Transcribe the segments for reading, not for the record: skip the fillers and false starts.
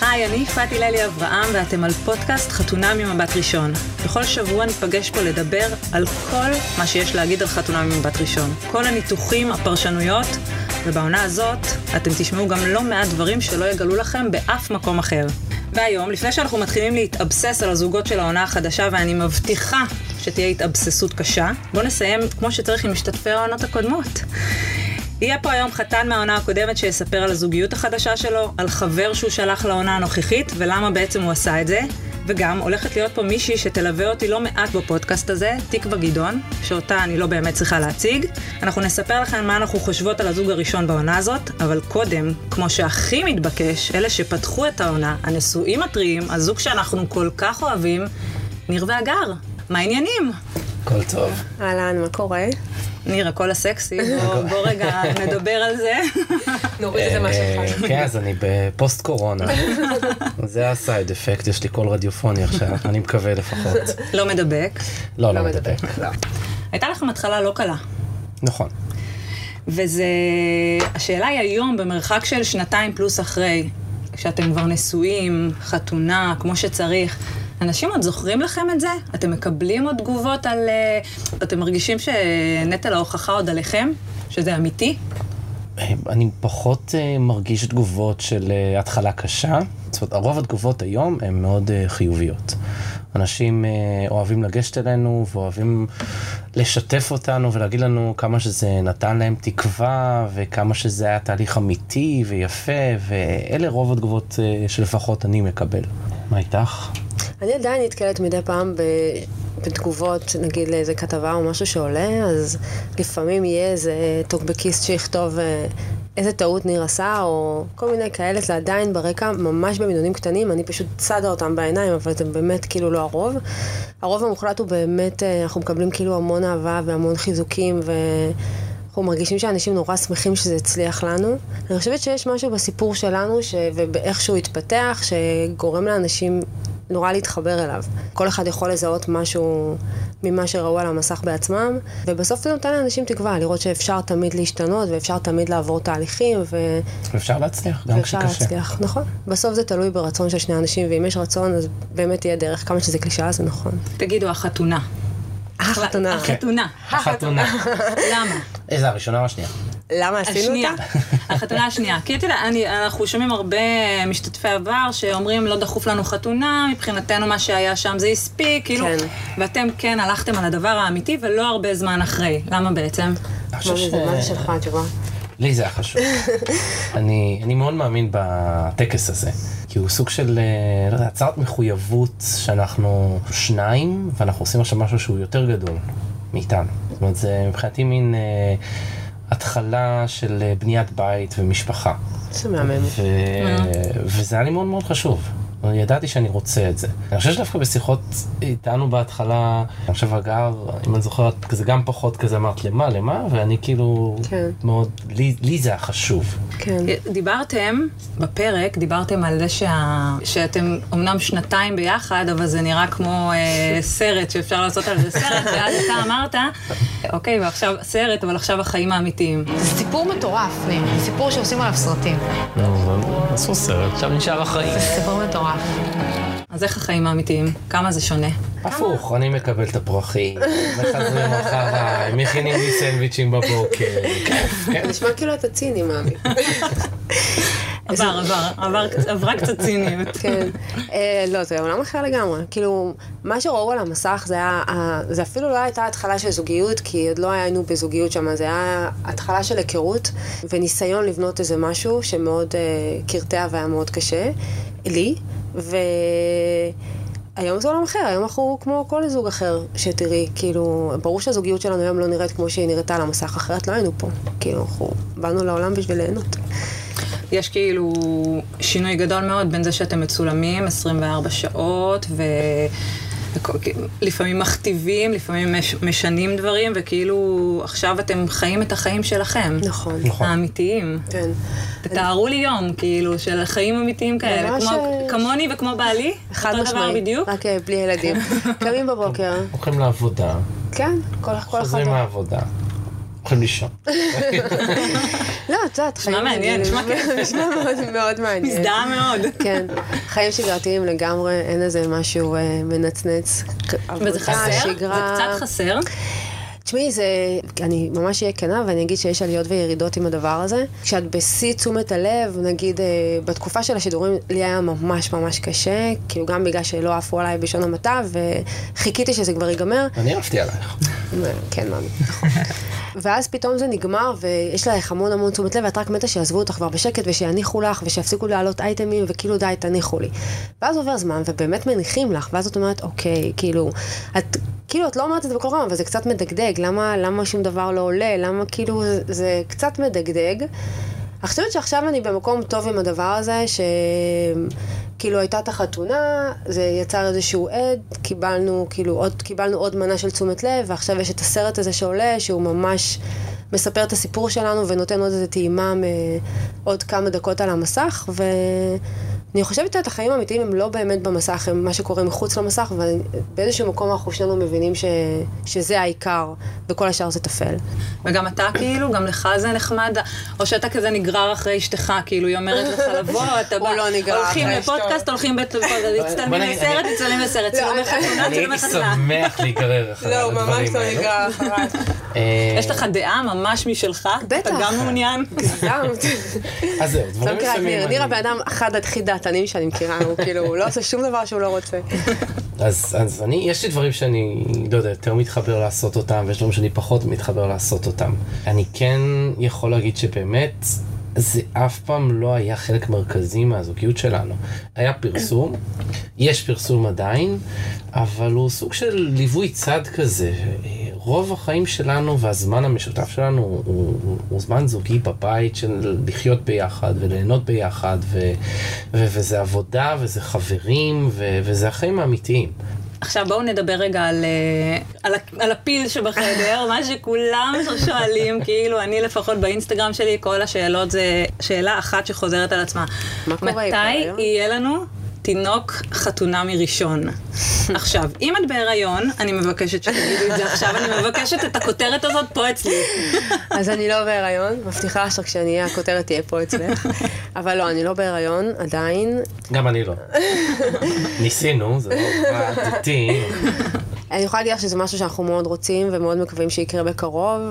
היי, אני יפעת הללי אברהם ואתם על פודקאסט חתונה ממבט ראשון. בכל שבוע ניפגש פה לדבר על כל מה שיש להגיד על חתונה ממבט ראשון. כל הניתוחים, הפרשנויות, ובעונה הזאת אתם תשמעו גם לא מעט דברים שלא יגלו לכם באף מקום אחר. והיום, לפני שאנחנו מתחילים להתאבסס על הזוגות של העונה החדשה, ואני מבטיחה שתהיה התאבססות קשה, בואו נסיים כמו שצריך עם משתתפי העונות הקודמות. יהיה פה היום חתן מהעונה הקודמת שיספר על הזוגיות החדשה שלו, על חבר שהוא שלח לעונה הנוכחית, ולמה בעצם הוא עשה את זה. וגם הולכת להיות פה מישהי שתלווה אותי לא מעט בפודקאסט הזה, תקווה גדעון, שאותה אני לא באמת צריכה להציג. אנחנו נספר לכם מה אנחנו חושבות על הזוג הראשון בעונה הזאת, אבל קודם, כמו שהכי מתבקש, אלה שפתחו את העונה, הנשואים הטריים, הזוג שאנחנו כל כך אוהבים, ניר והגר. מה העניינים? הכל טוב. אהלן, מה קורה? ניר, הכל הסקסי, בוא רגע נדבר על זה. נוריד את זה מה שלך. כן, אז אני בפוסט קורונה. זה הסייד אפקט, יש לי קול רדיופוני עכשיו, אני מקווה לפחות. לא מדבק. לא מדבק. הייתה לכם התחלה לא קלה. נכון. וזה, השאלה היא היום, במרחק של 2 פלוס אחרי, כשאתם כבר נשואים, חתונה, כמו שצריך, אנשים עוד זוכרים לכם את זה? אתם מקבלים עוד תגובות על... אתם מרגישים שנטל ההוכחה עוד עליכם? שזה אמיתי? אני פחות מרגיש תגובות של התחלה קשה. זאת אומרת, הרוב התגובות היום הן מאוד חיוביות. אנשים אוהבים לגשת אלינו ואוהבים לשתף אותנו ולהגיד לנו כמה שזה נתן להם תקווה וכמה שזה היה תהליך אמיתי ויפה, ואלה רוב התגובות שלפחות אני מקבל. מה איתך? אני עדיין נתקלת מדי פעם בתגובות, נגיד לאיזה כתבה או משהו שעולה, אז לפעמים יהיה איזה טוקבקיסט שיכתוב איזה טעות ניר עשה, או כל מיני כאלה, זה עדיין ברקע, ממש במינונים קטנים, אני פשוט צדה אותם בעיניים, אבל זה באמת כאילו לא הרוב. הרוב המוחלט הוא באמת, אנחנו מקבלים כאילו המון אהבה והמון חיזוקים, אנחנו מרגישים שאנשים נורא שמחים שזה הצליח לנו. אני חושבת שיש משהו בסיפור שלנו, ובאיך שהוא התפתח, שגורם לאנשים נורא להתחבר אליו. כל אחד יכול לזהות משהו ממה שראו על המסך בעצמם, ובסוף זה נותן לאנשים תקווה, לראות שאפשר תמיד להשתנות, ואפשר תמיד לעבור תהליכים, ואפשר להצליח, גם כשקשה. ואפשר להצליח, נכון. בסוף זה תלוי ברצון של שני אנשים, ואם יש רצון, אז באמת תהיה דרך. כמה שזה קלישאה, זה נכון. תגידו, החתונה. החתונה. החתונה. למה? איזה הראשונה או השנייה? למה עשינו אותה? החתונה השנייה. כי אנחנו שומעים הרבה משתתפי עבר שאומרים לא דחוף לנו חתונה, מבחינתנו מה שהיה שם זה הספיק, כאילו, ואתם כן הלכתם על הדבר האמיתי ולא הרבה זמן אחרי. למה בעצם? מה זה שלך, התשובה? לי זה היה חשוב. אני מאוד מאמין בטקס הזה, כי הוא סוג של, לא יודע, הצעת מחויבות שאנחנו שניים, ואנחנו עושים עכשיו משהו שהוא יותר גדול מאיתנו. זאת אומרת, זה מבחינתי מין התחלה של בניית בית ומשפחה. זה מהמם. וזה היה לי מאוד מאוד חשוב. ידעתי שאני רוצה את זה. אני חושב שדווקא בשיחות איתנו בהתחלה, אני חושב הגר, אם אני זוכרת, זה גם פחות כזה אמרת למה, ואני כאילו מאוד, לי זה החשוב. כן. דיברתם בפרק, דיברתם על זה שאתם אומנם 2 ביחד, אבל זה נראה כמו סרט שאפשר לעשות על זה סרט, ואז אתה אמרת, אוקיי, ועכשיו סרט, אבל עכשיו החיים האמיתיים. זה סיפור מטורף, ניר. סיפור שעושים עליו סרטים. עשו סרט, עכשיו נשאר החיים. זה סיפור מטורף. אז איך החיים האמיתיים? כמה זה שונה? הפוך, אני מקבל את הפרחים, מחזרים אחריי, מכינים לי סנדוויצ'ים בבוקר. נשמע כאילו אתה ציני, מאמי. עברה קצת ציניות. כן. לא, זה עולם אחר לגמרי. כאילו, מה שראו על המסך זה אפילו לא הייתה התחלה של זוגיות, כי עוד לא היינו בזוגיות שם, זה היה התחלה של היכרות, וניסיון לבנות איזה משהו שמאוד קרטע והיה מאוד קשה, לי, היום זה עולם אחר, היום אנחנו כמו כל זוג אחר שתראי, כאילו, ברור שהזוגיות שלנו היום לא נראית כמו שהיא נראתה על המסך, אחרת לא היינו פה, כאילו, אנחנו באנו לעולם בשביל ליהנות. יש כאילו שינוי גדול מאוד בין זה שאתם מצולמים 24 שעות ולפעמים מכתיבים, לפעמים משנים דברים, וכאילו עכשיו אתם חיים את החיים שלכם. נכון. האמיתיים. כן. תתארו לי יום, כאילו, של חיים אמיתיים כאלה, כמוני וכמו בעלי. חד משמעי, רק בלי ילדים. קמים בבוקר. הולכים לעבודה. כן, כל אחד. חוזרים מהעבודה. יכולים לישון. לא, את יודעת, נשמע מעניין, נשמע כיף. נשמע מאוד מעניין. מזדהה מאוד. כן, חיים שגרתיים לגמרי, אין איזה משהו מנצנץ. וזה חסר? זה קצת חסר? תשמעי, אני ממש אהיה כנה ואני אגיד שיש עליות וירידות עם הדבר הזה. כשאת בשיא תשומת הלב, נגיד בתקופה של השידורים לי היה ממש ממש קשה, כאילו גם בגלל שלא עפו עליי בשעון המטה, וחיכיתי שזה כבר ייגמר. אני אהבתי עלייך. כן, מאמי. ואז פתאום זה נגמר, ויש לך המון תשומת לב, ואת רק מתה שיעזבו אותך כבר בשקט, ושיניחו לך, ושיפסיקו להעלות אייטמים, וכאילו די, תניחו לי. ואז עובר זמן, ובאמת מניחים לך, ואז את אומרת, אוקיי, כאילו, את לא אומרת את זה בכל רמה, אבל זה קצת מדגדג, למה שום דבר לא עולה, למה כאילו זה קצת מדגדג. אני חושבת שעכשיו אני במקום טוב עם הדבר הזה, שכאילו הייתה את החתונה, זה יצר איזשהו עד, קיבלנו עוד מנה של תשומת לב, ועכשיו יש את הסרט הזה שעולה, שהוא ממש מספר את הסיפור שלנו, ונותן עוד איזו טעימה עוד כמה דקות על המסך, אני חושבת שאת החיים האמיתיים הם לא באמת במסך, הם מה שקורה מחוץ למסך, אבל באיזשהו מקום אנחנו שנינו מבינים שזה העיקר, וכל השאר זה תפל. וגם אתה כאילו, גם לך זה נחמד, או שאתה כזה נגרר אחרי אשתך, כאילו היא אומרת לך לבוא, אתה בא, הולכים לפודקאסט, הולכים להצטלמים לסרט, נצטלמים לסרט, צילומי חתונה, צילומי חתונה. אני הייתי שמח להיגרר אחרי הדברים האלה. לא, ממש לא נגרר אחריי. יש לך דעה ממש משלך? בטח. אתה גם מעוניין? אז זהו, דברים מסוימים. נירה באדם אחד הכי דעתנים שאני מכירה, הוא כאילו, הוא לא עושה שום דבר שהוא לא רוצה. אז יש לי דברים שאני, לא יודע, יותר מתחבר לעשות אותם, ויש דברים שאני פחות מתחבר לעשות אותם. אני כן יכול להגיד שבאמת, זה אף פעם לא היה חלק מרכזי מהזוגיות שלנו. היה פרסום, יש פרסום עדיין, אבל הוא סוג של ליווי צד כזה. רוב החיים שלנו והזמן המשותף שלנו הוא זמן זוגי בבית של לחיות ביחד וליהנות ביחד, וזה עבודה וזה חברים וזה החיים האמיתיים. עכשיו בואו נדבר רגע על הפיל שבחדר, מה שכולם שואלים, כאילו אני לפחות באינסטגרם שלי, כל השאלות זה שאלה אחת שחוזרת על עצמה. מתי יהיה לנו תינוק חתונה מראשון? עכשיו, אם את בהיריון, אני מבקשת שתגידו את זה עכשיו, אני מבקשת את הכותרת הזאת פה אצלי. אז אני לא בהיריון, מבטיחה שכשאני אהיה, הכותרת תהיה פה אצלך. אבל לא, אני לא בהיריון, עדיין. גם אני לא. ניסינו, זה לא עדיתי. אני יכולה להגיד לך שזה משהו שאנחנו מאוד רוצים ומאוד מקווים שיקרה בקרוב,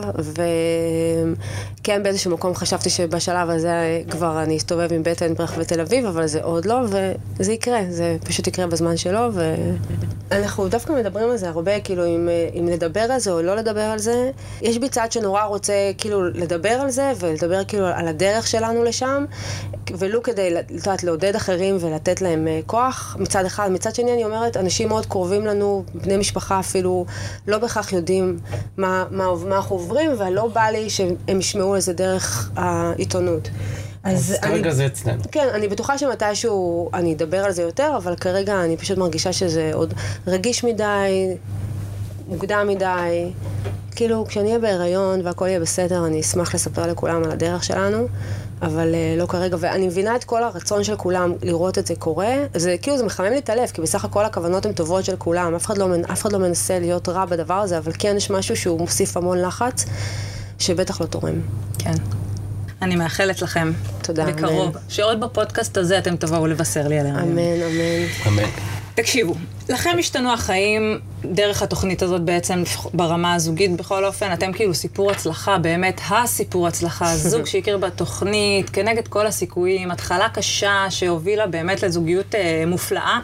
וכן באיזשהו מקום חשבתי שבשלב הזה כבר אני אסתובב עם בטן ברחבי תל אביב, אבל זה עוד לא, וזה יקרה, זה פשוט יקרה בזמן שלו, ואנחנו דווקא מדברים על זה הרבה, כאילו אם לדבר על זה או לא לדבר על זה, יש בי צד שנורא רוצה כאילו לדבר על זה, ולדבר כאילו על הדרך שלנו לשם, ולו כדי לעודד אחרים ולתת להם כוח מצד אחד. מצד שני אני אומרת, אנשים מאוד קרובים לנו, בני משפחה אפילו לא בכך יודעים מה אנחנו עוברים, ולא בא לי שהם ישמעו על זה דרך העיתונות. אז כרגע זה אצלנו. כן, אני בטוחה שמתישהו אני אדבר על זה יותר, אבל כרגע אני פשוט מרגישה שזה עוד רגיש מדי, מוקדם מדי. כאילו, כשאני אהיה בהיריון והכל יהיה בסדר, אני אשמח לספר לכולם על הדרך שלנו, אבל לא כרגע. ואני מבינה את כל הרצון של כולם לראות את זה קורה. זה כאילו, זה מחמם לי את הלב, כי בסך הכל הכוונות הן טובות של כולם. אף אחד לא מנסה להיות רע בדבר הזה, אבל כן יש משהו שהוא מוסיף המון לחץ, שבטח לא תורם. כן. אני מאחלת לכם. תודה, בקרוב. אמן. שעוד בפודקאסט הזה אתם תבואו לבשר לי על הרעיון. אמן, אמן. אמן. תקשיבו, לכם השתנו החיים דרך התוכנית הזאת בעצם ברמה הזוגית בכל אופן, אתם כאילו סיפור הצלחה, באמת הסיפור הצלחה, זוג שהכיר בתוכנית, כנגד כל הסיכויים, התחלה קשה שהובילה באמת לזוגיות מופלאה.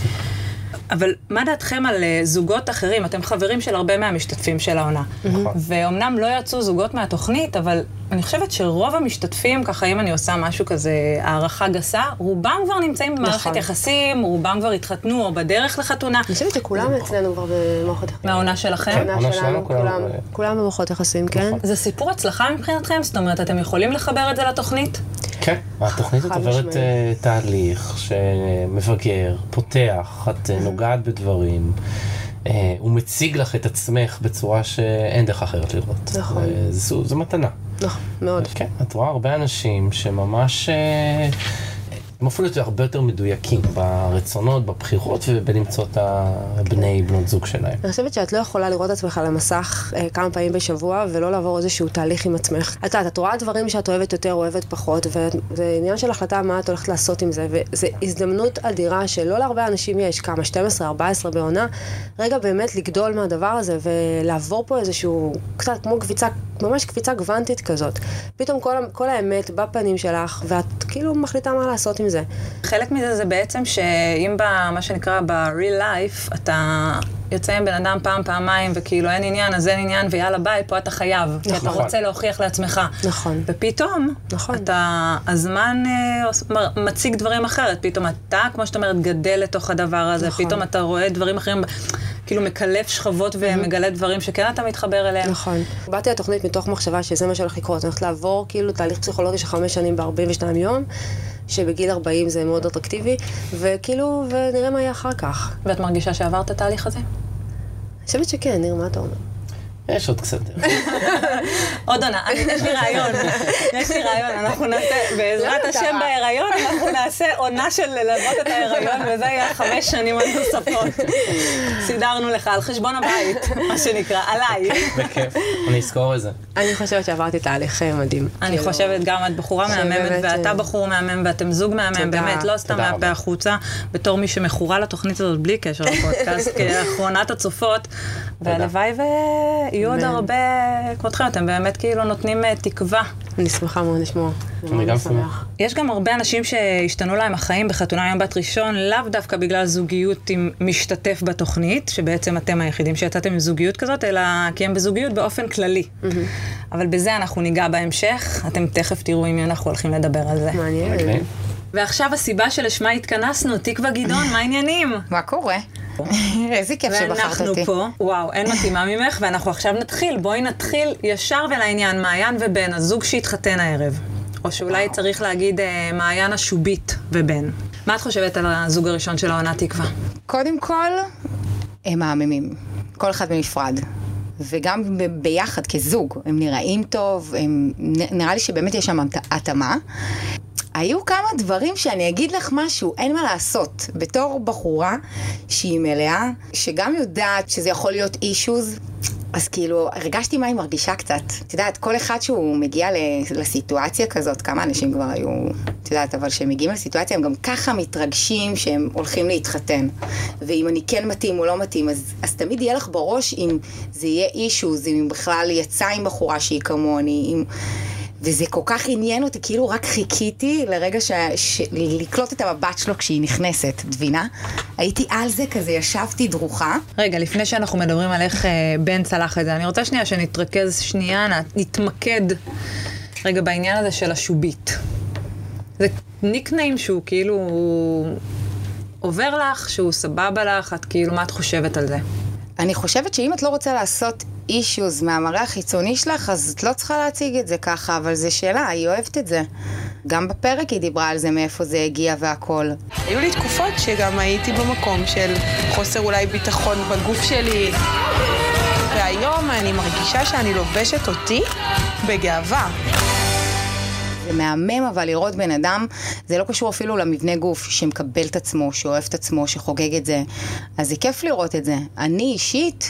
אבל מה דעתכם על זוגות אחרים? אתם חברים של הרבה מהמשתתפים של העונה. ואומנם לא יצאו זוגות מהתוכנית, אבל אני חושבת שרוב המשתתפים, ככה אם אני עושה משהו כזה, הערכה גסה, רובם כבר נמצאים במערכת יחסים, רובם כבר התחתנו או בדרך לחתונה. אני חושבת שכולם אצלנו כבר במערכת יחסים. מהעונה שלכם? מהעונה שלנו, כולם במערכות יחסים, כן? זה סיפור הצלחה מבחינתכם? זאת אומרת, אתם יכולים לחבר את זה לתוכנית? כן, התוכנית הזאת עוברת תהליך שמבגר, פותח, את נוגעת בדברים, הוא מציג לך את עצמך בצורה שאין דרך אחרת לראות. נכון. זו מתנה. נכון, מאוד. כן, את רואה הרבה אנשים שממש הם אפילו הרבה יותר מדויקים ברצונות, בבחירות ובלמצוא את הבני בנות זוג שלהם. אני חושבת שאת לא יכולה לראות את עצמך על המסך כמה פעמים בשבוע, ולא לעבור איזשהו תהליך עם עצמך. את רואה דברים שאת אוהבת יותר, אוהבת פחות, וזה עניין של החלטה מה את הולכת לעשות עם זה, וזו הזדמנות אדירה שלא להרבה אנשים יש, כמה, 12, 14 בעונה, רגע באמת לגדול מהדבר הזה, ולעבור פה איזשהו, קצת כמו קביצה, ממש קביצה גוונטית כזאת. פתאום כל האמת בפנים שלך, ואת כאילו מחליטה מה לעשות עם זה. חלק מזה זה בעצם שאם במה שנקרא ב-real life, אתה יוצא עם בן אדם פעם, פעמיים, וכאילו אין עניין, אז אין עניין, ויאללה ביי, פה אתה חייב. נכון. כי אתה רוצה להוכיח לעצמך. נכון. ופתאום, נכון. הזמן מציג דברים אחרת. פתאום אתה, כמו שאת אומרת, גדל לתוך הדבר הזה. נכון. פתאום אתה רואה דברים אחרים, כאילו מקלף שכבות ומגלה דברים שכן אתה מתחבר אליהם. נכון. באתי לתוכנית מתוך מחשבה שזה מה שהולך לקרות. אני הולכת לעבור כאילו תהליך פסיכולוגי של 5 שנים ב-42 יום, שבגיל 40 זה מאוד אטרקטיבי, וכאילו, ונראה מה יהיה אחר כך. ואת מרגישה שעברת את התהליך הזה? אני חושבת שכן, נראה מה אתה אומר. יש עוד קצת. עוד עונה, יש לי רעיון, אנחנו נעשה, בעזרת השם בהיריון, אנחנו נעשה עונה של ללוות את ההיריון, וזה יהיה 5 שנים הנוספות. סידרנו לך על חשבון הבית, מה שנקרא, עליי. בכיף, אני אזכור את זה. אני חושבת שעברתי תהליך מדהים. אני חושבת גם, את בחורה מהממת, ואתה בחור מהמם, ואתם זוג מהמם, באמת, לא סתם מהפה החוצה, בתור מי שמכורה לתוכנית הזאת בלי קשר לפודקאסט, כאחרונת הצופות, והלוואי יהיו עוד הרבה כמותכם, אתם באמת כאילו נותנים תקווה. אני שמחה מאוד לשמוע. אני גם שמח. יש גם הרבה אנשים שהשתנו להם החיים בחתונה יום בת ראשון, לאו דווקא בגלל זוגיות עם משתתף בתוכנית, שבעצם אתם היחידים שיצאתם עם זוגיות כזאת, אלא כי הם בזוגיות באופן כללי. אבל בזה אנחנו ניגע בהמשך, אתם תכף תראו עם מי אנחנו הולכים לדבר על זה. מעניין. ועכשיו הסיבה שלשמה התכנסנו, תקווה גדעון, מה העניינים? מה קורה? איזה כיף שבחרת אותי. ואנחנו פה, וואו, אין מתאימה ממך, ואנחנו עכשיו נתחיל, בואי נתחיל ישר ולעניין, מעיין ובן, הזוג שהתחתן הערב. או שאולי צריך להגיד מעיין השובית ובן. מה את חושבת על הזוג הראשון של העונה תקווה? קודם כל, הם מהממים. כל אחד בנפרד. וגם ביחד כזוג, הם נראים טוב, נראה לי שבאמת יש שם התאמה. היו כמה דברים שאני אגיד לך משהו, אין מה לעשות. בתור בחורה שהיא מלאה, שגם יודעת שזה יכול להיות אישוז, אז כאילו, הרגשתי מה היא מרגישה קצת. את יודעת, כל אחד שהוא מגיע לסיטואציה כזאת, כמה אנשים כבר היו, את יודעת, אבל כשהם מגיעים לסיטואציה, הם גם ככה מתרגשים שהם הולכים להתחתן. ואם אני כן מתאים או לא מתאים, אז תמיד יהיה לך בראש אם זה יהיה אישוז, אם בכלל יצא עם בחורה שהיא כמוני, וזה כל כך עניין אותי, כאילו רק חיכיתי לרגע לקלוט את המבט שלו כשהיא נכנסת, דבינה. הייתי על זה כזה, ישבתי דרוכה. רגע, לפני שאנחנו מדברים על איך בן צלח את זה, אני רוצה שנייה שנתרכז שנייה, נתמקד רגע בעניין הזה של השובית. זה ניקניים שהוא כאילו עובר לך, שהוא סבבה לך, את כאילו, מה את חושבת על זה? אני חושבת שאם את לא רוצה לעשות אישוז מהמראה החיצוני שלך, אז את לא צריכה להציג את זה ככה, אבל זה שאלה, היא אוהבת את זה. גם בפרק היא דיברה על זה, מאיפה זה הגיע והכל. היו לי תקופות שגם הייתי במקום של חוסר אולי ביטחון בגוף שלי, והיום אני מרגישה שאני לובשת אותי בגאווה. זה מהמם, אבל לראות בן אדם, זה לא קשור אפילו למבנה גוף, שמקבל את עצמו, שאוהב את עצמו, שחוגג את זה. אז זה כיף לראות את זה. אני אישית,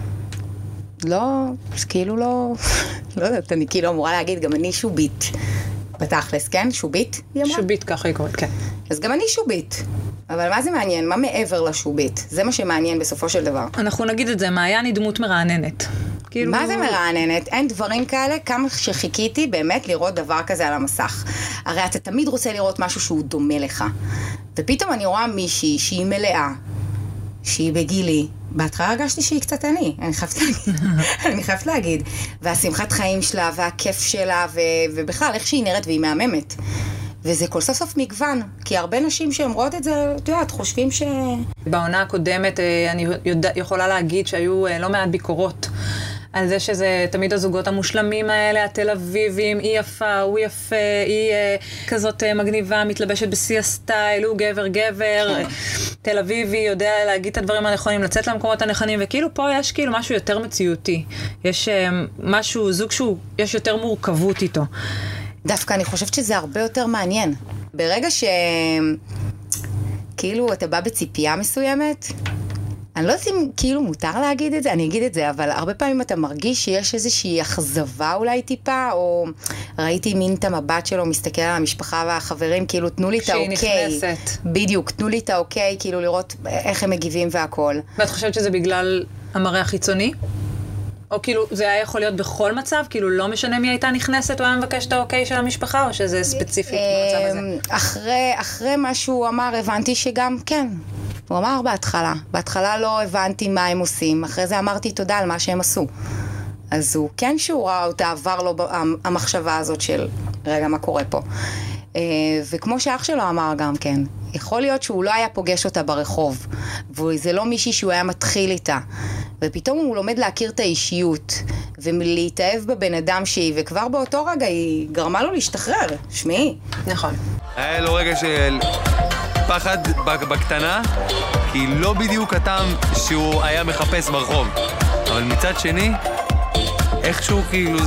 לא, כאילו לא יודעת, אני כאילו אמורה להגיד, גם אני שובית. בתכלס, כן? שובית? שובית, ככה היא קוראת, כן. אז גם אני שובית. אבל מה זה מעניין? מה מעבר לשובית? זה מה שמעניין בסופו של דבר. אנחנו נגיד את זה, מעיין היא דמות מרעננת. מה זה מרעננת? אין דברים כאלה, כמה שחיכיתי באמת לראות דבר כזה על המסך. הרי אתה תמיד רוצה לראות משהו שהוא דומה לך. ופתאום אני רואה מישהי שהיא מלאה, שהיא בגילי. בהתחלה הרגשתי שהיא קצת אני חייבת להגיד. והשמחת חיים שלה, והכיף שלה, ובכלל איך שהיא נראית והיא מהממת. וזה כל סוף סוף מגוון, כי הרבה נשים שאומרות את זה, את יודעת, חושבים ש... בעונה הקודמת אני יכולה להגיד שהיו לא מעט ביקורות על זה שזה תמיד הזוגות המושלמים האלה, התל אביבים, היא יפה, הוא יפה, היא כזאת מגניבה, מתלבשת בשיא הסטייל, הוא גבר, תל אביבי, יודע להגיד את הדברים הנכונים, לצאת למקומות הנכונים, וכאילו פה יש כאילו משהו יותר מציאותי. יש משהו, זוג שהוא, יש יותר מורכבות איתו. דווקא אני חושבת שזה הרבה יותר מעניין. ברגע כאילו אתה בא בציפייה מסוימת, אני לא יודעת אם כאילו מותר להגיד את זה, אני אגיד את זה, אבל הרבה פעמים אתה מרגיש שיש איזושהי אכזבה אולי טיפה, או ראיתי מין את המבט שלו, מסתכל על המשפחה והחברים, כאילו תנו לי את האוקיי. שהיא נכנסת. בדיוק, תנו לי את האוקיי, כאילו לראות איך הם מגיבים והכל. ואת חושבת שזה בגלל המראה החיצוני? או כאילו זה היה יכול להיות בכל מצב? כאילו לא משנה מי הייתה נכנסת, הוא היה מבקש את האוקיי של המשפחה, או שזה ספציפית במצב הזה? אחרי מה שהוא אמר, הבנתי שגם כן. הוא אמר בהתחלה לא הבנתי מה הם עושים, אחרי זה אמרתי תודה על מה שהם עשו. אז הוא כן שהוא ראה אותה, עבר לו המחשבה הזאת של רגע מה קורה פה. וכמו שאח שלו אמר גם כן, יכול להיות שהוא לא היה פוגש אותה ברחוב, וזה לא מישהי שהוא היה מתחיל איתה, ופתאום הוא לומד להכיר את האישיות, ולהתאהב בבן אדם שהיא, וכבר באותו רגע היא גרמה לו להשתחרר, שמי. נכון. היה לו רגע של פחד בקטנה, כי לא בדיוק הטעם שהוא היה מחפש ברחוב. אבל מצד שני, איכשהו כאילו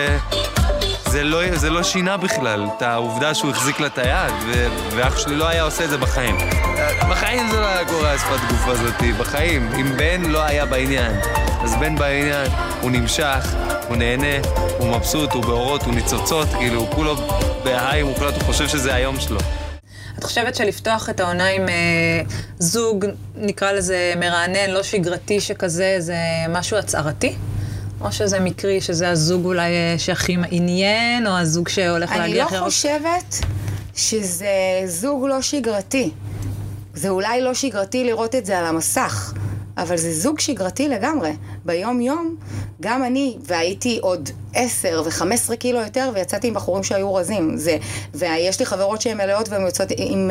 זה לא שינה בכלל, את העובדה שהוא החזיק לה את היד, ואח שלי לא היה עושה את זה בחיים. בחיים זה לא היה קורה השפת גוף הזאת, בחיים. אם בן לא היה בעניין, אז בן בעניין, הוא נמשך, הוא נהנה, הוא מבסוט, הוא באורות, הוא ניצוצות, כאילו הוא כולו בהיי מוחלט, הוא חושב שזה היום שלו. את חושבת שלפתוח את העונה עם זוג, נקרא לזה מרענן, לא שגרתי שכזה, זה משהו הצהרתי? או שזה מקרי, שזה הזוג אולי שהכי עניין, או הזוג שהולך להגיע אחר? אני לא חושבת שזה זוג לא שגרתי. זה אולי לא שגרתי לראות את זה על המסך, אבל זה זוג שגרתי לגמרי. ביום יום, גם אני, והייתי עוד 10 ו-15 קילו יותר, ויצאתי עם בחורים שהיו רזים. ויש לי חברות שהן מלאות, והן יוצאות עם...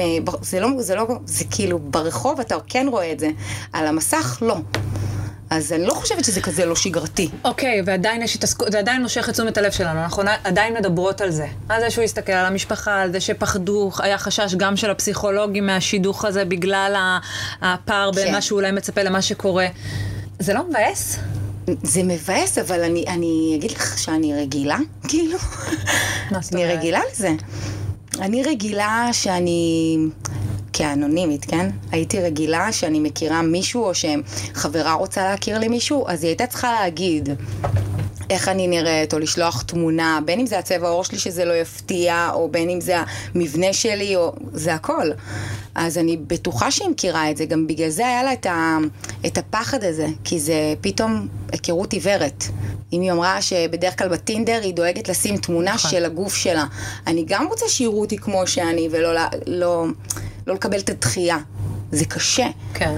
זה כאילו ברחוב, אתה כן רואה את זה. על המסך, לא. אז אני לא חושבת שזה כזה לא שגרתי. אוקיי, ועדיין יש התעסקות, זה עדיין מושך את תשומת הלב שלנו, אנחנו עדיין מדברות על זה. על זה שהוא הסתכל על המשפחה, על זה שפחדו, היה חשש גם של הפסיכולוגים מהשידוך הזה, בגלל הפער בין מה שהוא אולי מצפה למה שקורה. זה לא מבאס? זה מבאס, אבל אני אגיד לך שאני רגילה, כאילו. אני רגילה לזה. אני רגילה שאני... כאנונימית, כן? הייתי רגילה שאני מכירה מישהו, או שחברה רוצה להכיר לי מישהו, אז היא הייתה צריכה להגיד איך אני נראית, או לשלוח תמונה, בין אם זה הצבע העור שלי שזה לא יפתיע, או בין אם זה המבנה שלי, או זה הכל. אז אני בטוחה שהיא מכירה את זה, גם בגלל זה היה לה את הפחד הזה, כי זה פתאום היכרות עיוורת. אם היא אמרה שבדרך כלל בטינדר היא דואגת לשים תמונה של הגוף שלה. אני גם רוצה שיראו אותי כמו שאני, ולא לא לקבל את הדחייה. זה קשה. כן.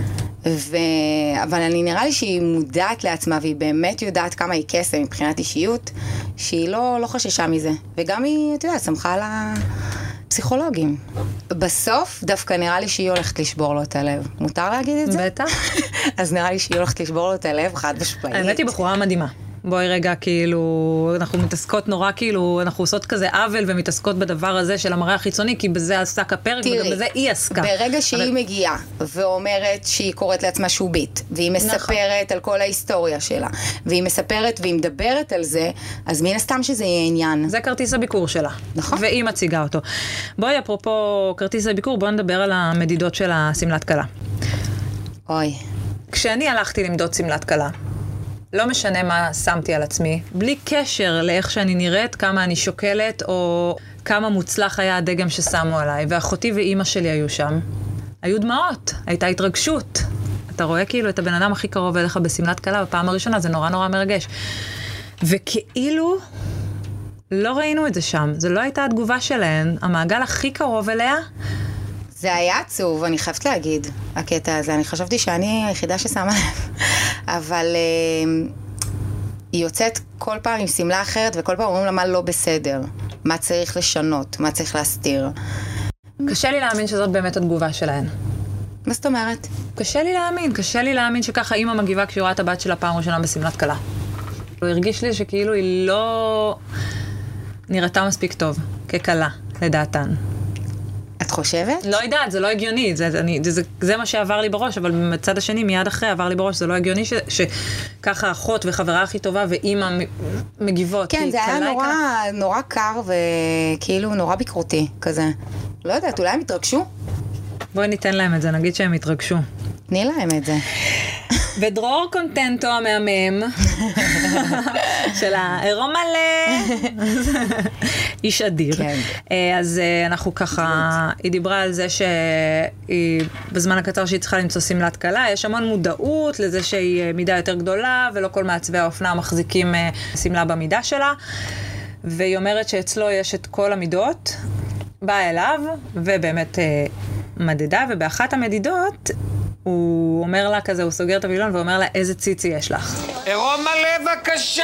אבל אני נראה לי שהיא מודעת לעצמה, והיא באמת יודעת כמה היא קסם מבחינת אישיות, שהיא לא חששה מזה. וגם היא, אתה יודע, שמחה על הפסיכולוגים. בסוף, דווקא נראה לי שהיא הולכת לשבור לו את הלב. מותר להגיד את זה? בטח. אז נראה לי שהיא הולכת לשבור לו את הלב, חד ושפעית. האמת היא בחורה מדהימה. בואי רגע, כאילו, אנחנו מתעסקות נורא, כאילו, אנחנו עושות כזה עוול ומתעסקות בדבר הזה של המראה החיצוני, כי בזה עסק הפרק, וגם בזה היא עסקה. ברגע שהיא מגיעה ואומרת שהיא קוראת לעצמה שובית, והיא מספרת על כל ההיסטוריה שלה, והיא מספרת והיא מדברת על זה, אז מן הסתם שזה יהיה עניין. זה כרטיס הביקור שלה. נכון. והיא מציגה אותו. בואי, אפרופו כרטיס הביקור, בואי נדבר על המדידות של הסמלת כלה. אוי. כשאני הלכתי למדוד סמלת כלה, לא משנה מה שמתי על עצמי, בלי קשר לאיך שאני נראית, כמה אני שוקלת, או כמה מוצלח היה הדגם ששמו עליי, ואחותי ואימא שלי היו שם. היו דמעות, הייתה התרגשות. אתה רואה כאילו את הבן אדם הכי קרוב אליך בסמלת כלה, בפעם הראשונה, זה נורא נורא מרגש. וכאילו, לא ראינו את זה שם, זו לא הייתה התגובה שלהן, המעגל הכי קרוב אליה, זה היה עצוב, אני חייבת להגיד, הקטע הזה. אני חשבתי שאני היחידה ששמה לב. אבל היא יוצאת כל פעם עם סמלה אחרת, וכל פעם אומרים לה מה לא בסדר. מה צריך לשנות, מה צריך להסתיר. קשה לי להאמין שזאת באמת התגובה שלהן. מה זאת אומרת? קשה לי להאמין שככה אימא מגיבה כשהיא רואה את הבת שלה פעם ראשונה בסמלת כלה. הוא הרגיש לי שכאילו היא לא נראתה מספיק טוב, ככלה, לדעתן. את חושבת? לא יודעת, זה לא הגיוני, זה מה שעבר לי בראש, אבל מצד השני, מיד אחרי עבר לי בראש, זה לא הגיוני שככה אחות וחברה הכי טובה ואימא מגיבות. כן, זה היה נורא קר וכאילו נורא ביקורתי כזה. לא יודעת, אולי הם התרגשו? בואי ניתן להם את זה, נגיד שהם התרגשו. תני להם את זה. ודרור קונטנטו המהמם של העירום מלא, איש אדיר. כן. אז אנחנו ככה, היא דיברה על זה שהיא, בזמן הקצר שהיא צריכה למצוא סמלת קלה, יש המון מודעות לזה שהיא מידה יותר גדולה, ולא כל מעצבי האופנה מחזיקים סמלה במידה שלה, והיא אומרת שאצלו יש את כל המידות, באה אליו, ובאמת מדדה, ובאחת המדידות, הוא אומר לה כזה, הוא סוגר את הווילון ואומר לה, איזה ציצי יש לך? עירום מלא בבקשה!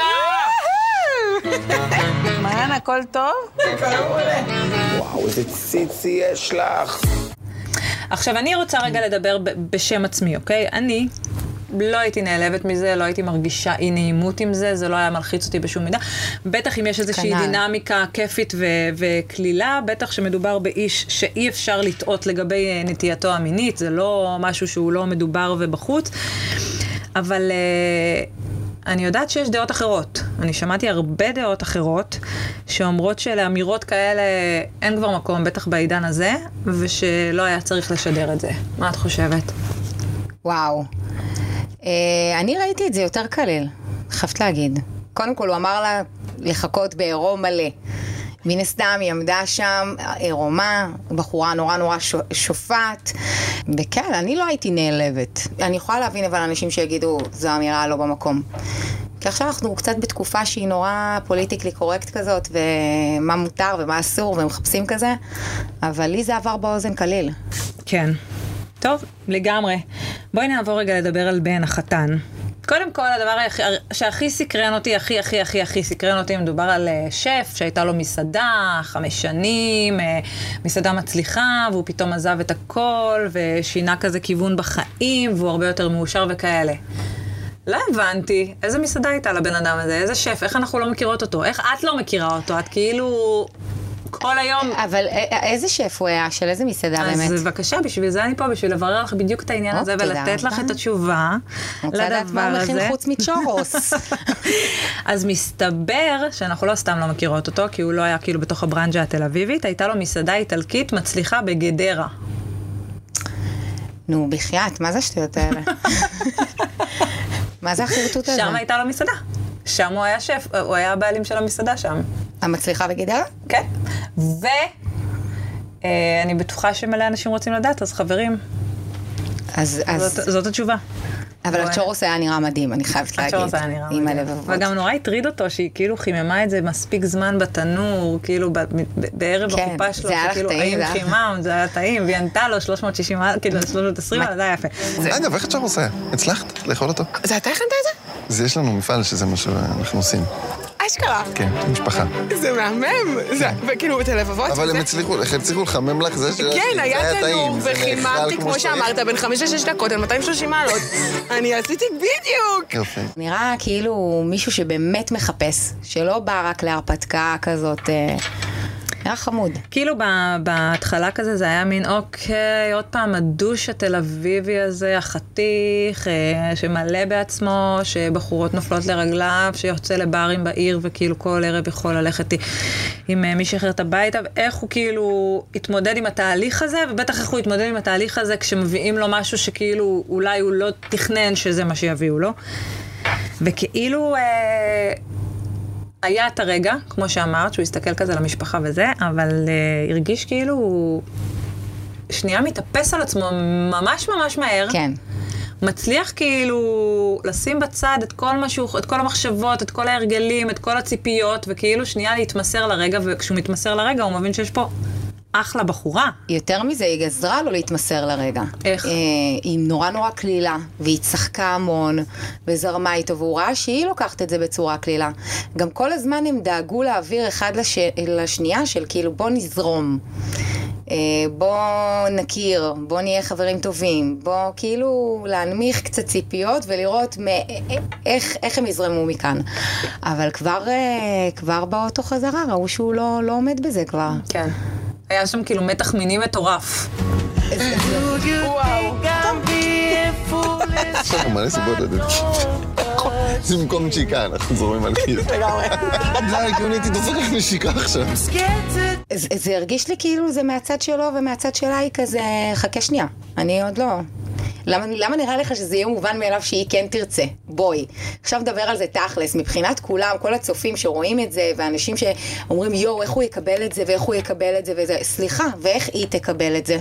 מעיין, הכל טוב? וואו, איזה ציצי יש לך! עכשיו, אני רוצה רגע לדבר בשם עצמי, אוקיי? אני לא הייתי נעלבת מזה, לא הייתי מרגישה אי נעימות עם זה, זה לא היה מלחיץ אותי בשום מידה. בטח אם יש איזושהי דינמיקה כיפית וכלילה, בטח שמדובר באיש שאי אפשר לטעות לגבי נטייתו המינית, זה לא משהו שהוא לא מדובר ובחוץ, אבל אני יודעת שיש דעות אחרות. אני שמעתי הרבה דעות אחרות שאומרות שלאמירות כאלה אין כבר מקום, בטח בעידן הזה, ושלא היה צריך לשדר את זה. מה את חושבת? וואו. אני ראיתי את זה יותר קליל, חייבת להגיד. קודם כל הוא אמר לה לחכות בעירום מלא. מן הסתם היא עמדה שם, עירומה, בחורה נורא נורא שופעת. וכן, אני לא הייתי נעלבת. אני יכולה להבין אבל אנשים שיגידו, זו אמירה לא במקום. כי עכשיו אנחנו קצת בתקופה שהיא נורא פוליטיקלי קורקט כזאת, ומה מותר ומה אסור, ומחפשים כזה. אבל לי זה עבר באוזן קליל. כן. טוב, לגמרי. בואי נעבור רגע לדבר על בן החתן. קודם כל, הדבר שהכי סקרן אותי, הכי סקרן אותי, מדובר על שף שהייתה לו מסעדה, 5 שנים, מסעדה מצליחה, והוא פתאום עזב את הכל, ושינה כזה כיוון בחיים, והוא הרבה יותר מאושר וכאלה. לא הבנתי, איזה מסעדה הייתה לבן אדם הזה, איזה שף, איך אנחנו לא מכירות אותו, איך את לא מכירה אותו, את כאילו כל היום. אבל איזה שף הוא היה, של איזה מסעדה באמת? אז בבקשה, בשביל זה אני פה, בשביל לברר לך בדיוק את העניין הזה, ולתת לך את התשובה לדבר הזה. מכין חוץ מצ'ורוס. אז מסתבר שאנחנו לא סתם לא מכירות אותו, כי הוא לא היה כאילו בתוך הברנג'ה התל אביבית, הייתה לו מסעדה איטלקית מצליחה בגדרה. נו, בחייאת, מה זה השטויות האלה? מה זה החרטוט הזה? שם הייתה לו מסעדה. שם הוא היה שף, הוא היה הבעלים של המסעדה שם. המצליחה בגדרה? כן. ואני בטוחה שמלא אנשים רוצים לדעת, אז חברים, זאת התשובה. אבל הצ'ורוס היה נראה מדהים, אני חייבת להגיד. הצ'ורוס היה נראה מדהים. וגם נורא הטריד אותו, שהיא כאילו חיממה את זה מספיק זמן בתנור, כאילו בערב החופה שלו, שכאילו האם חימם, זה היה טעים, והיא ענתה לו 360, כאילו 320, אבל זה היה יפה. אגב, איך הצ'ורוס היה? הצלחת לאכול אותו? זה אתה הכנת את זה? יש לנו מפעל שזה מה שאנחנו עושים. אשכרה. כן, משפחה. זה מהמם. וכאילו, את הלבבות. אבל הם הצליחו לחמם לך זה שזה כן, היה תנור, זה וחיממתי, כמו שאמרת, בין 5-6 דקות, על 230 מעלות. אני עשיתי בדיוק. יופי. נראה כאילו מישהו שבאמת מחפש, שלא בא רק להרפתקה כזאת. היה חמוד. כאילו בהתחלה כזה זה היה מין, אוקיי, עוד פעם הדוש התל אביבי הזה, החתיך, שמלא בעצמו, שבחורות נופלות לרגליו, שיוצא לברים בעיר וכאילו כל ערב יכול ללכת עם מישהי אחרת הביתה, ואיך הוא כאילו התמודד עם התהליך הזה, ובטח איך הוא התמודד עם התהליך הזה כשמביאים לו משהו שכאילו אולי הוא לא תכנן שזה מה שיביאו לו. וכאילו היה את הרגע, כמו שאמרת, שהוא הסתכל כזה למשפחה וזה, אבל הרגיש כאילו הוא שנייה מתאפס על עצמו ממש ממש מהר. כן. מצליח כאילו לשים בצד את כל משהו, את כל המחשבות, את כל ההרגלים, את כל הציפיות, וכאילו שנייה להתמסר לרגע, וכשהוא מתמסר לרגע הוא מבין שיש פה אחלה בחורה. יותר מזה, היא גזרה לו להתמסר לרגע. איך? היא נורא נורא כלילה, והיא צחקה המון, וזרמה איתו, והוא ראה שהיא לוקחת את זה בצורה כלילה. גם כל הזמן הם דאגו להעביר אחד לשנייה של כאילו בוא נזרום, בוא נכיר, בוא נהיה חברים טובים, בוא כאילו להנמיך קצת ציפיות ולראות איך הם יזרמו מכאן. אבל כבר באותו חזרה ראו שהוא לא עומד בזה כבר. כן. היה שם כאילו מתח מיני מטורף. וואו. מלא סיבות לדעת. זה במקום נשיקה, אנחנו זורמים על קיר. לגמרי. זה היה כאילו הייתי דופק לך נשיקה עכשיו. זה הרגיש לי כאילו זה מהצד שלו ומהצד שלה היא כזה, חכה שנייה, אני עוד לא... למה נראה לך שזה יהיה מובן מאליו שהיא כן תרצה? בואי. עכשיו נדבר על זה תכלס, מבחינת כולם, כל הצופים שרואים את זה, ואנשים שאומרים, יו, איך הוא יקבל את זה, ואיך הוא יקבל את זה, וזה, סליחה, ואיך היא תקבל את זה?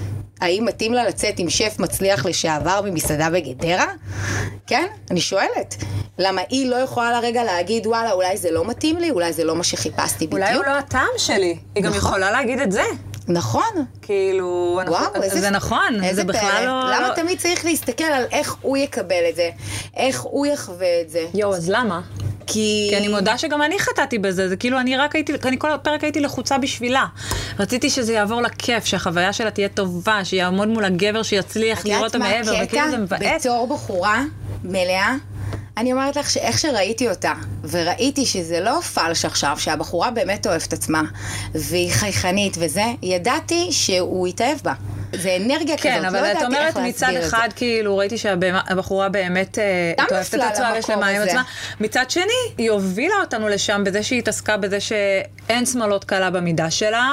האם מתאים לה לצאת עם שף מצליח לשעבר במסעדה בגדרה? כן? אני שואלת. למה היא לא יכולה לרגע להגיד, וואלה, אולי זה לא מתאים לי, אולי זה לא מה שחיפשתי בדיוק? אולי הוא לא הטעם שלי. היא גם יכולה להגיד את זה. נכון. כאילו, זה נכון. איזה זה בכלל פלא. לא... למה תמיד צריך להסתכל על איך הוא יקבל את זה? איך הוא יחווה את זה? יו, אז למה? כי אני מודה שגם אני חטאתי בזה, זה כאילו אני כל הפרק הייתי לחוצה בשבילה. רציתי שזה יעבור לכיף, שהחוויה שלה תהיה טובה, שיעמוד מול הגבר שיצליח לראות אותה מעבר, וכאילו זה מבאס. בתור בחורה מלאה, אני אומרת לך שאיך שראיתי אותה, וראיתי שזה לא פלש עכשיו, שהבחורה באמת אוהבת עצמה, והיא חייכנית וזה, ידעתי שהוא יתאהב בה. זה אנרגיה כזאת, כן, אבל את אומרת מצד אחד, כאילו, ראיתי שהבחורה באמת אוהבת את עצמה ויש למה עם עצמה. מצד שני, היא הובילה אותנו לשם בזה שהיא התעסקה בזה שאין שמאלות קלה במידה שלה,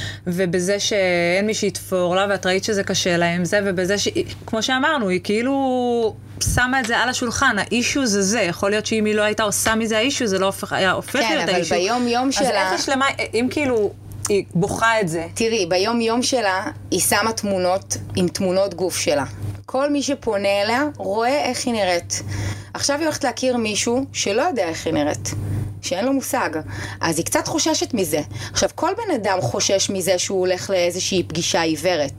ובזה שאין מי שיתפור לה, ואת ראית שזה קשה לה עם זה, ובזה כמו שאמרנו, היא כאילו שמה את זה על השולחן, האישו זה זה, יכול להיות שאם היא לא הייתה עושה מזה האישו, זה לא היה הופך להיות האישו. כן, אבל ביום יום שלה... אז איך יש למה, אם כאילו... היא בוכה את זה. תראי, ביום יום שלה היא שמה תמונות עם תמונות גוף שלה. כל מי שפונה אליה רואה איך היא נראית. עכשיו היא הולכת להכיר מישהו שלא יודע איך היא נראית. שאין לו מושג. אז היא קצת חוששת מזה. עכשיו, כל בן אדם חושש מזה שהוא הולך לאיזושהי פגישה עיוורת.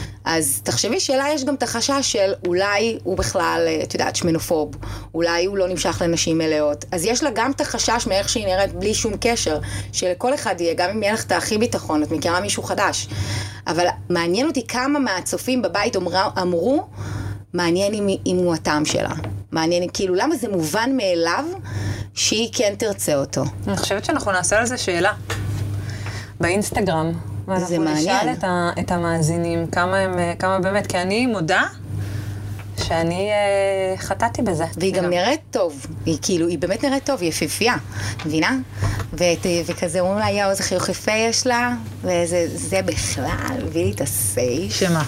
אז תחשבי שלה יש גם את החשש של אולי הוא בכלל, את יודעת, שמנופוב, אולי הוא לא נמשך לנשים מלאות. אז יש לה גם את החשש מאיך שהיא נראית בלי שום קשר, שלכל אחד יהיה, גם אם יהיה לך את הכי ביטחון, את מכירה מישהו חדש. אבל מעניין אותי כמה מהצופים בבית אמרו, מעניין אם הוא הטעם שלה. מעניין, כאילו, למה זה מובן מאליו שהיא כן תרצה אותו? אני חושבת שאנחנו נעשה על זה שאלה. באינסטגרם. זה מעניין. ואנחנו נשאל את המאזינים, כמה באמת, כי אני מודה שאני חטאתי בזה. והיא גם נראית טוב, היא באמת נראית טוב, היא יפיפייה, מבינה? וכזה אומרים לה, יאו, איזה חיוך יפה יש לה, וזה בכלל, הביא לי את הסייף. שמה?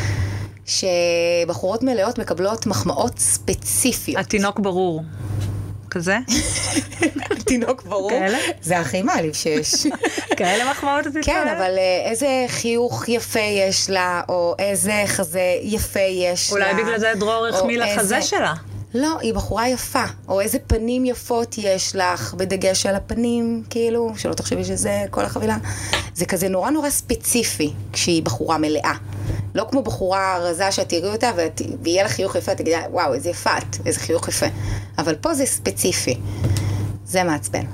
שבחורות מלאות מקבלות מחמאות ספציפיות. התינוק ברור. כזה? תינוק ברור. כאלה? זה הכי מעליב שיש. כאלה מחמאות אותי? כן, אבל איזה חיוך יפה יש לה, או איזה חזה יפה יש לה. אולי בגלל זה דרור החמיא לחזה שלה. לא, היא בחורה יפה. או איזה פנים יפות יש לך, בדגש על הפנים, כאילו, שלא תחשבי שזה כל החבילה. זה כזה נורא נורא ספציפי, כשהיא בחורה מלאה. לא כמו בחורה רזה שאת תראי אותה, ויהיה לה חיוך יפה, תגידי, וואו, איזה יפת, איזה חיוך יפה. אבל פה זה ספציפי. זה מעצבן.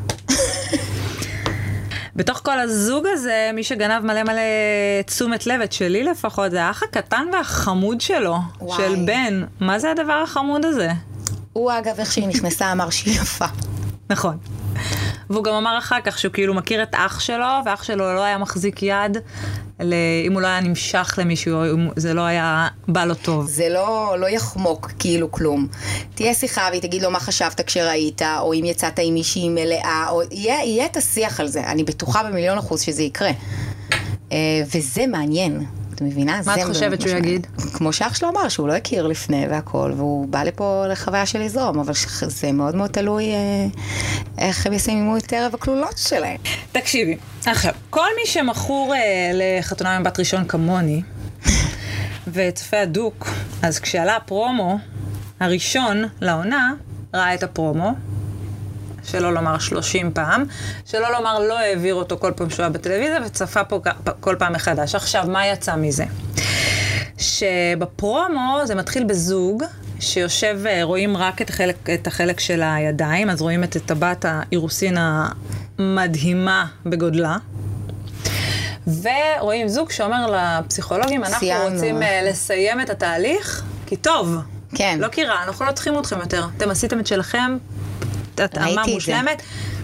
בתוך כל הזוג הזה, מי שגנב מלא מלא תשומת לב, שלי לפחות, זה האח הקטן והחמוד שלו, של בן. מה זה הדבר החמוד הזה? הוא אגב, איך שהיא נכנסה, אמר שהיא יפה. נכון. והוא גם אמר אחר כך שהוא כאילו מכיר את אח שלו, ואח שלו לא היה מחזיק יד, אם הוא לא היה נמשך למישהו, זה לא היה בא לו טוב. זה לא יחמוק כאילו כלום. תהיה שיחה והיא תגיד לו מה חשבת כשראית, או אם יצאת עם מישהי מלאה, או יהיה את השיח על זה. אני בטוחה ב1,000,000% שזה יקרה. וזה מעניין. את מבינה? מה את חושבת שהוא יגיד? כמו שאח שלו אמר, שהוא לא הכיר לפני והכל, והוא בא לפה לחוויה של לזרום, אבל זה מאוד מאוד תלוי איך הם יסיימו את ערב הכלולות שלהם. תקשיבי, עכשיו, כל מי שמכור לחתונה מבת ראשון כמוני, וצפה הדוק, אז כשעלה הפרומו הראשון לעונה, ראה את הפרומו, שלא לומר 30 פעם, שלא לומר לא העביר אותו כל פעם שהוא היה בטלוויזיה, וצפה פה כל פעם מחדש. עכשיו, מה יצא מזה? שבפרומו זה מתחיל בזוג, שיושב, רואים רק את החלק של הידיים, אז רואים את טבעת האירוסין המדהימה בגודלה, ורואים זוג שאומר לפסיכולוגים, אנחנו רוצים לסיים את התהליך, כי טוב. כן. לא כי רע, אנחנו לא צריכים אתכם יותר. אתם עשיתם את שלכם, התאמה מושלמת.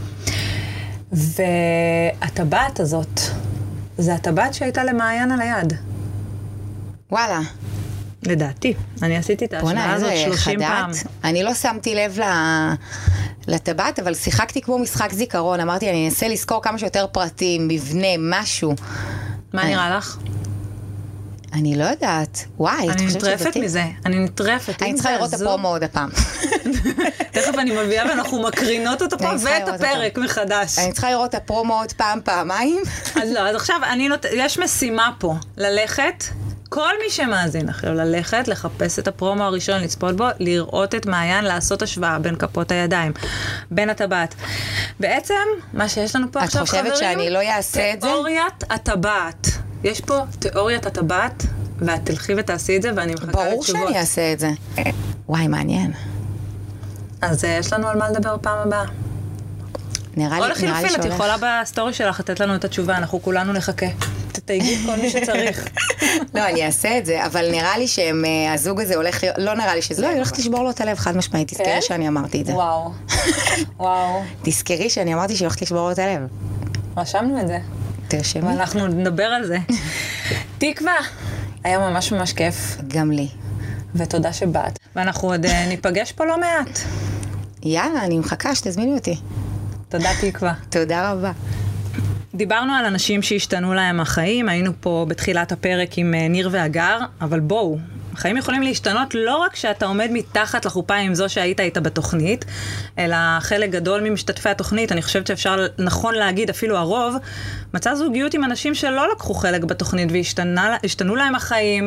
והטבעת הזאת, זה הטבעת שהייתה למעיין על היד. וואלה. לדעתי. אני עשיתי את ההשוואה הזאת 30 פעם. אני לא שמתי לב לטבעת, אבל שיחקתי כמו משחק זיכרון, אמרתי, אני אנסה לזכור כמה שיותר פרטים, מבנה, משהו. מה נראה לך? אני לא יודעת. וואי, אני נטרפת מזה. אני נטרפת. אני צריכה לראות את הפרומו עוד הפעם. תכף אני מביאה ואנחנו מקרינות אותו פה ואת הפרק מחדש. אני צריכה לראות את הפרומו עוד פעם, פעמיים. אז לא, אז עכשיו יש משימה פה, ללכת, כל מי שמאזין עכשיו, ללכת, לחפש את הפרומו הראשון, לצפות בו, לראות את מעיין, לעשות השוואה בין כפות הידיים, בין הטבעת. בעצם, מה שיש לנו פה עכשיו, חברים, את חושבת שאני לא אעשה את זה? תיאוריית הטבעת. יש פה תיאוריית הטבעת, ואת תלכי ותעשי את זה, ואני מחכה לתשובות. ברור שאני אעשה את זה. וואי, מעניין. אז יש לנו על מה לדבר פעם הבאה. נראה לי שהולך. או לחילופין, את יכולה בסטורי שלך לתת לנו את התשובה, אנחנו כולנו נחכה. תתייגי כל מי שצריך. לא, אני אעשה את זה, אבל נראה לי שהזוג הזה הולך, לא נראה לי שזה, לא, היא הולכת לשבור לו את הלב, חד משמעית, תזכרי שאני אמרתי את זה. וואו. וואו. תזכרי שאני אמרתי שהיא הולכת לשבור לו את הלב. רשמנו את זה. תרשמי. ואנחנו נדבר על זה. תקווה, היה ממש ממש כיף. גם לי. ותודה שבאת. ואנחנו עוד ניפגש פה לא מעט. יאללה, אני מחכה שתזמיני אותי. תודה תקווה. תודה רבה. דיברנו על אנשים שהשתנו להם החיים, היינו פה בתחילת הפרק עם ניר ואגר, אבל בואו, החיים יכולים להשתנות לא רק שאתה עומד מתחת לחופה עם זו שהיית איתה בתוכנית, אלא חלק גדול ממשתתפי התוכנית, אני חושבת שאפשר נכון להגיד, אפילו הרוב, מצא זוגיות עם אנשים שלא לקחו חלק בתוכנית והשתנו להם החיים,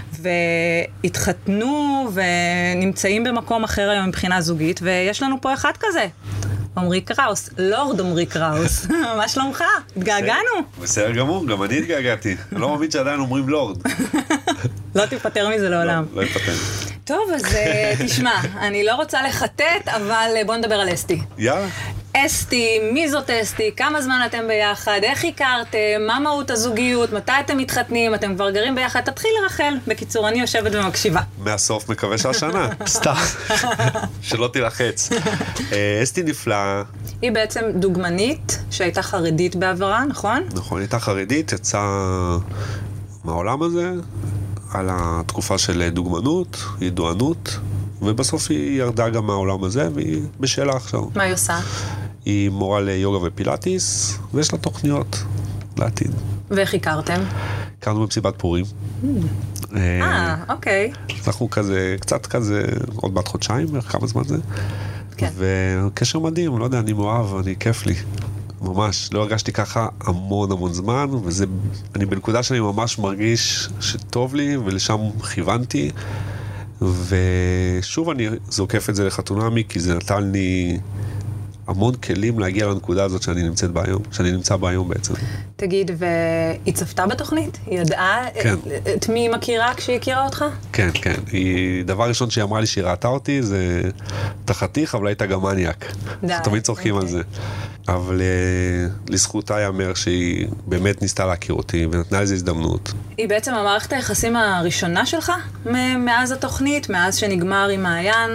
והתחתנו ונמצאים במקום אחר היום מבחינה זוגית, ויש לנו פה אחד כזה. עמרי קראוס, לורד עמרי קראוס. מה שלומך? התגעגענו. בסדר גמור, גם אני התגעגעתי. אני לא מאמין שעדיין אומרים לורד. לא תיפטר מזה לעולם. לא יפטר. טוב, אז תשמע, אני לא רוצה לחטט, אבל בוא נדבר על אסתי. יאללה. אסתי, מי זאת אסתי? כמה זמן אתם ביחד? איך הכרתם? מה מהות הזוגיות? מתי אתם מתחתנים? אתם כבר גרים ביחד? תתחיל לרחל. בקיצור, אני יושבת ומקשיבה. מהסוף מקווה שהשנה. סתם. שלא תלחץ. אסתי נפלאה. היא בעצם דוגמנית שהייתה חרדית בעברה, נכון? נכון, הייתה חרדית, יצאה מהעולם הזה, על התקופה של דוגמנות, ידוענות, ובסוף היא ירדה גם מהעולם הזה, והיא בשאלה עכשיו. מה היא עושה? היא מורה ליוגה ופילאטיס, ויש לה תוכניות לעתיד. ואיך הכרתם? הכרנו במסיבת פורים. אוקיי. אנחנו כזה, קצת כזה, עוד בעד חודשיים, כמה זמן זה. כן. וקשר מדהים, לא יודע, אני מאוהב, כיף לי. ממש, לא הרגשתי ככה המון זמן, וזה, אני בנקודה שאני ממש מרגיש שטוב לי, ולשם כיוונתי, ושוב אני זוקף את זה לחתונמי, כי זה נתן לי המון כלים להגיע לנקודה הזאת שאני נמצא בה היום בעצם. תגיד, והיא צפתה בתוכנית? היא ידעה את מי היא מכירה כשהיא הכירה אותך? כן. דבר ראשון שהיא אמרה לי שהיא ראתה אותי, זה תחתיך, אבל היית גם מניאק. תמיד צוחקים על זה. אבל לזכותה יאמר שהיא באמת ניסתה להכיר אותי, ונתנה לזה הזדמנות. היא בעצם המערכת היחסים הראשונה שלך? מאז התוכנית? מאז שנגמר עם מעיין?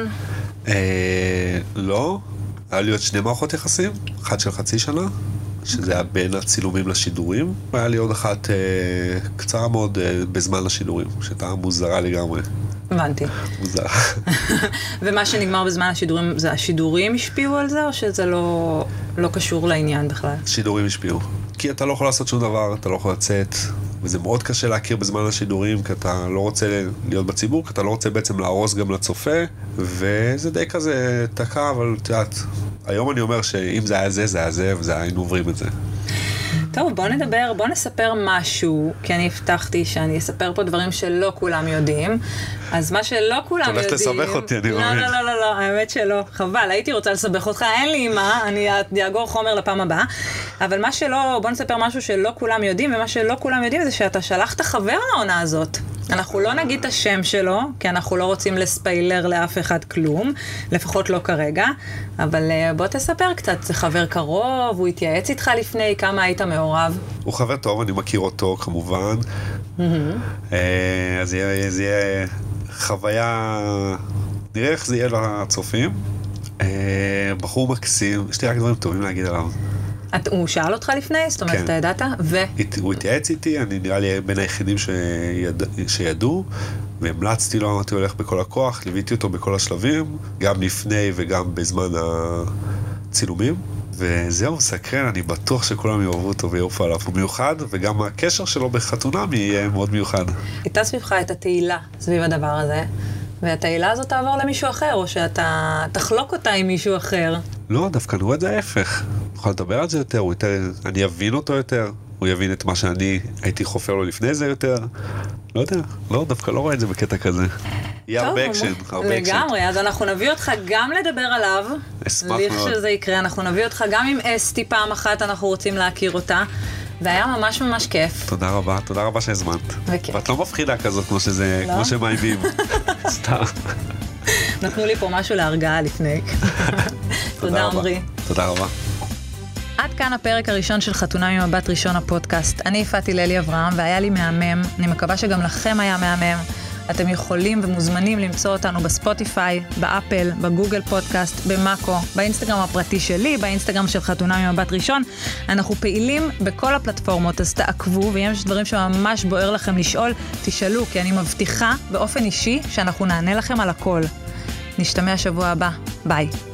לא. היה לי עוד 2 מערכות יחסים, אחת של חצי שנה, שזה היה בין הצילומים לשידורים, והיה לי עוד אחת קצרה מאוד בזמן לשידורים, שהייתה מוזרה לגמרי. הבנתי. מוזרה. ומה שנגמר בזמן השידורים, זה השידורים השפיעו על זה, או שזה לא קשור לעניין בכלל? שידורים השפיעו. כי אתה לא יכול לעשות שום דבר, אתה לא יכול לצאת, וזה מאוד קשה להכיר בזמן השידורים, כי אתה לא רוצה להיות בציבור, כי אתה לא רוצה בעצם להרוס גם לצופה, וזה די כזה תקע, אבל תיאת, היום אני אומר שאם זה היה זה, זה היה זה, היינו עוברים את זה. טוב, בוא נספר משהו, כי אני הבטחתי שאני אספר פה דברים שלא כולם יודעים, אז מה שלא כולם יודעים... אתה הולך לסבך אותי, אני מאמין. לא, האמת שלא, חבל, הייתי רוצה לסבך אותך, אין לי מה, אני אאגור חומר לפעם הבאה, אבל בוא נספר משהו שלא כולם יודעים, ומה שלא כולם יודעים זה שאתה שלחת חבר לעונה הזאת. אנחנו לא נגיד את השם שלו, כי אנחנו לא רוצים לספיילר לאף אחד כלום, לפחות לא כרגע, אבל בוא תספר קצת, זה חבר קרוב, הוא התייעץ איתך לפני, כמה היית מעורב? הוא חבר טוב, אני מכיר אותו כמובן, אז זה יהיה חוויה, נראה איך זה יהיה לצופים, בחור מקסים, יש לי רק דברים טובים להגיד עליו. הוא שאל אותך לפני? זאת אומרת, אתה ידעת? הוא התייעץ איתי, אני נראה לי בין היחידים שידעו, והמלצתי לו, אמרתי, הולך בכל הכוח, ליוויתי אותו בכל השלבים, גם לפני וגם בזמן הצילומים, וזהו, סקרן, אני בטוח שכולם יאהבו אותו ויעופו עליו, הוא מיוחד, וגם הקשר שלו בחתונמי יהיה מאוד מיוחד. הייתה סביבך את התהילה סביב הדבר הזה, והתהילה הזאת תעבור למישהו אחר, או שאתה תחלוק אותה עם מישהו אחר? לא, דווקא אני רואה את זה ההפך. נוכל לדבר על זה יותר, אני אבין אותו יותר, הוא יבין את מה שאני הייתי חופר לו לפני זה יותר. לא יודע, לא, דווקא לא רואה את זה בקטע כזה. יהיה הרבה אקשן, הרבה אקשן. לגמרי, אז אנחנו נביא אותך גם לדבר עליו. אשמח מאוד. שזה יקרה, אנחנו נביא אותך גם עם אסתי פעם אחת, אנחנו רוצים להכיר אותה. והיה ממש ממש כיף. תודה רבה שהזמנת. ואת לא מפחידה כזאת כמו שזה, כמו שמייבים. סתם. נתנו לי פה משהו להרגעה לפני. תודה עמרי. תודה רבה. עד כאן הפרק הראשון של חתונה ממבט ראשון הפודקאסט. אני יפעתי לילי אברהם והיה לי מהמם. אני מקווה שגם לכם היה מהמם. אתם יכולים ומוזמנים למצוא אותנו בספוטיפיי, באפל, בגוגל פודקאסט, במאקו, באינסטגרם הפרטי שלי, באינסטגרם של חתונה ממבט ראשון. אנחנו פעילים בכל הפלטפורמות, אז תעקבו, ואם יש דברים שממש בוער לכם לשאול, תשאלו, כי אני מבטיחה באופן אישי שאנחנו נענה לכם על הכל. נשתמע שבוע הבא. ביי.